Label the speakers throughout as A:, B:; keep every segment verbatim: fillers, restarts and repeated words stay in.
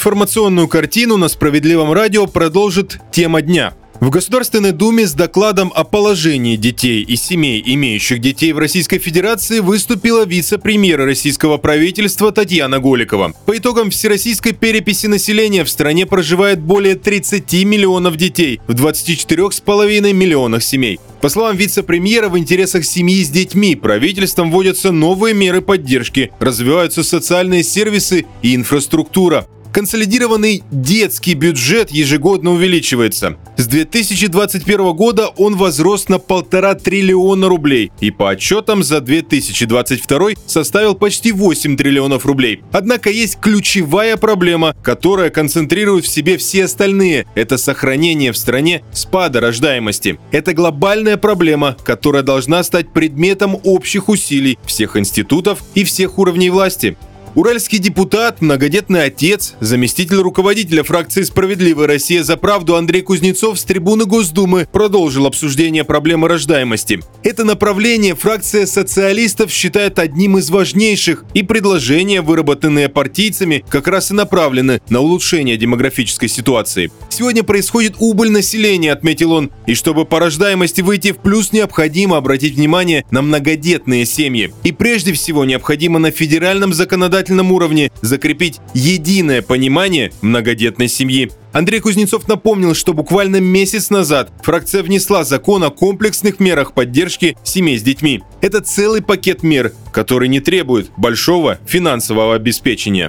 A: Информационную картину на Справедливом радио продолжит тема дня. В Государственной Думе с докладом о положении детей и семей, имеющих детей в Российской Федерации, выступила вице-премьер российского правительства Татьяна Голикова. По итогам всероссийской переписи населения в стране проживает более тридцати миллионов детей в двадцати четырёх с половиной миллионах семей. По словам вице-премьера, в интересах семьи с детьми правительством вводятся новые меры поддержки, развиваются социальные сервисы и инфраструктура. Консолидированный детский бюджет ежегодно увеличивается. С две тысячи двадцать первого года он возрос на полтора триллиона рублей и по отчетам за две тысячи двадцать второй составил почти восемь триллионов рублей. Однако есть ключевая проблема, которая концентрирует в себе все остальные. Это сохранение в стране спада рождаемости. Это глобальная проблема, которая должна стать предметом общих усилий всех институтов и всех уровней власти. Уральский депутат, многодетный отец, заместитель руководителя фракции «Справедливая Россия за правду» Андрей Кузнецов с трибуны Госдумы продолжил обсуждение проблемы рождаемости. Это направление фракция социалистов считает одним из важнейших, и предложения, выработанные партийцами, как раз и направлены на улучшение демографической ситуации. Сегодня происходит убыль населения, отметил он, и чтобы по рождаемости выйти в плюс, необходимо обратить внимание на многодетные семьи. И прежде всего необходимо на федеральном законодательстве уровне закрепить единое понимание многодетной семьи. Андрей Кузнецов напомнил, что буквально месяц назад фракция внесла закон о комплексных мерах поддержки семей с детьми. Это целый пакет мер, который не требует большого финансового обеспечения.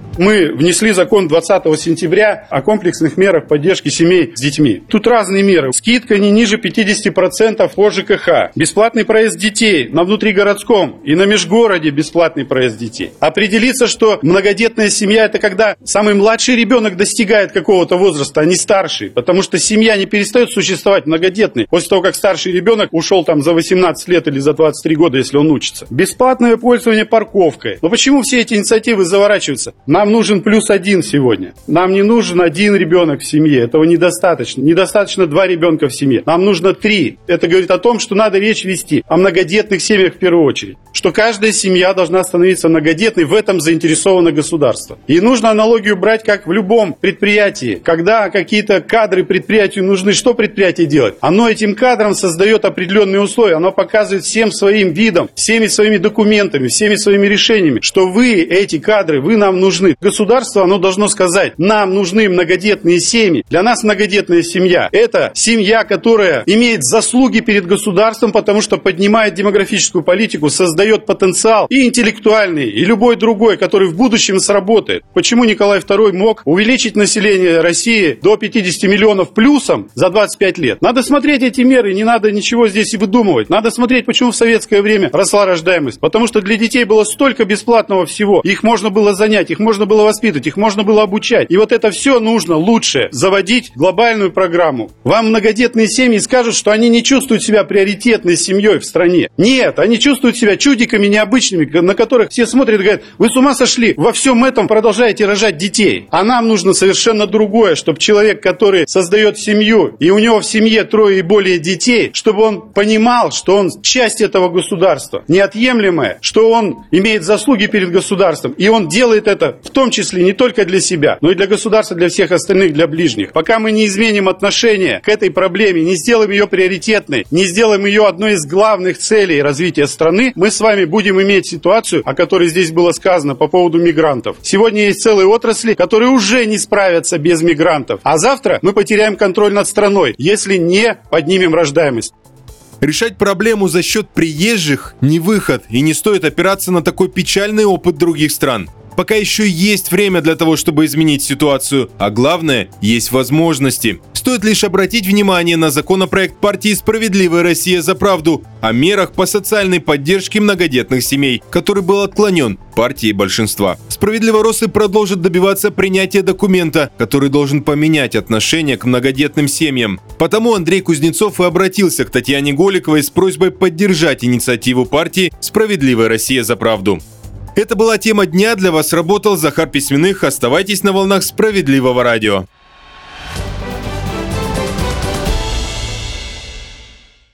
B: Мы внесли закон двадцатого сентября о комплексных мерах поддержки семей с детьми. Тут разные меры. Скидка не ниже пятидесяти процентов по ЖКХ. Бесплатный проезд детей на внутригородском и на межгороде бесплатный проезд детей. Определиться, что многодетная семья – это когда самый младший ребенок достигает какого-то возраста, а не старший. Потому что семья не перестает существовать многодетной после того, как старший ребенок ушел там за восемнадцать лет или за двадцать три года, если он учится. Бесплатное пользование парковкой. Но почему все эти инициативы заворачиваются? Нам нужен плюс один сегодня. Нам не нужен один ребенок в семье. Этого недостаточно. Недостаточно два ребенка в семье. Нам нужно три. Это говорит о том, что надо речь вести о многодетных семьях в первую очередь. Что каждая семья должна становиться многодетной. В этом заинтересовано государство. И нужно аналогию брать, как в любом предприятии. Когда какие-то кадры предприятию нужны, что предприятие делает? Оно этим кадрам создает определенные условия. Оно показывает всем своим видом, всеми своими документами, всеми своими решениями, что вы, эти кадры, вы нам нужны. Государство, оно должно сказать, нам нужны многодетные семьи. Для нас многодетная семья – это семья, которая имеет заслуги перед государством, потому что поднимает демографическую политику, создает потенциал и интеллектуальный, и любой другой, который в будущем сработает. Почему Николай второй мог увеличить население России до пятидесяти миллионов плюсом за двадцать пять лет? Надо смотреть эти меры, не надо ничего здесь и выдумывать. Надо смотреть, почему в советское время росла рождаемость. Потому что для детей было столько бесплатного всего. Их можно было занять, их можно было воспитывать, их можно было обучать. И вот это все нужно лучше заводить глобальную программу. Вам многодетные семьи скажут, что они не чувствуют себя приоритетной семьей в стране. Нет, они чувствуют себя чудиками необычными, на которых все смотрят и говорят, вы с ума сошли, во всем этом продолжаете рожать детей. А нам нужно совершенно другое, чтобы человек, который создает семью, и у него в семье трое и более детей, чтобы он понимал, что он часть этого государства, неотъемлемая, что он имеет заслуги перед государством, и он делает это в том числе не только для себя, но и для государства, для всех остальных, для ближних. Пока мы не изменим отношение к этой проблеме, не сделаем ее приоритетной, не сделаем ее одной из главных целей развития страны, мы с вами будем иметь ситуацию, о которой здесь было сказано по поводу мигрантов. Сегодня есть целые отрасли, которые уже не справятся без мигрантов. А завтра мы потеряем контроль над страной, если не поднимем рождаемость.
A: Решать проблему за счет приезжих не выход, и не стоит опираться на такой печальный опыт других стран. Пока еще есть время для того, чтобы изменить ситуацию, а главное, есть возможности. Стоит лишь обратить внимание на законопроект партии «Справедливая Россия за правду» о мерах по социальной поддержке многодетных семей, который был отклонен партией большинства. Справедливоросы продолжат добиваться принятия документа, который должен поменять отношение к многодетным семьям. Потому Андрей Кузнецов и обратился к Татьяне Голиковой с просьбой поддержать инициативу партии «Справедливая Россия за правду». Это была тема дня. Для вас работал Захар Письменных. Оставайтесь на волнах Справедливого радио.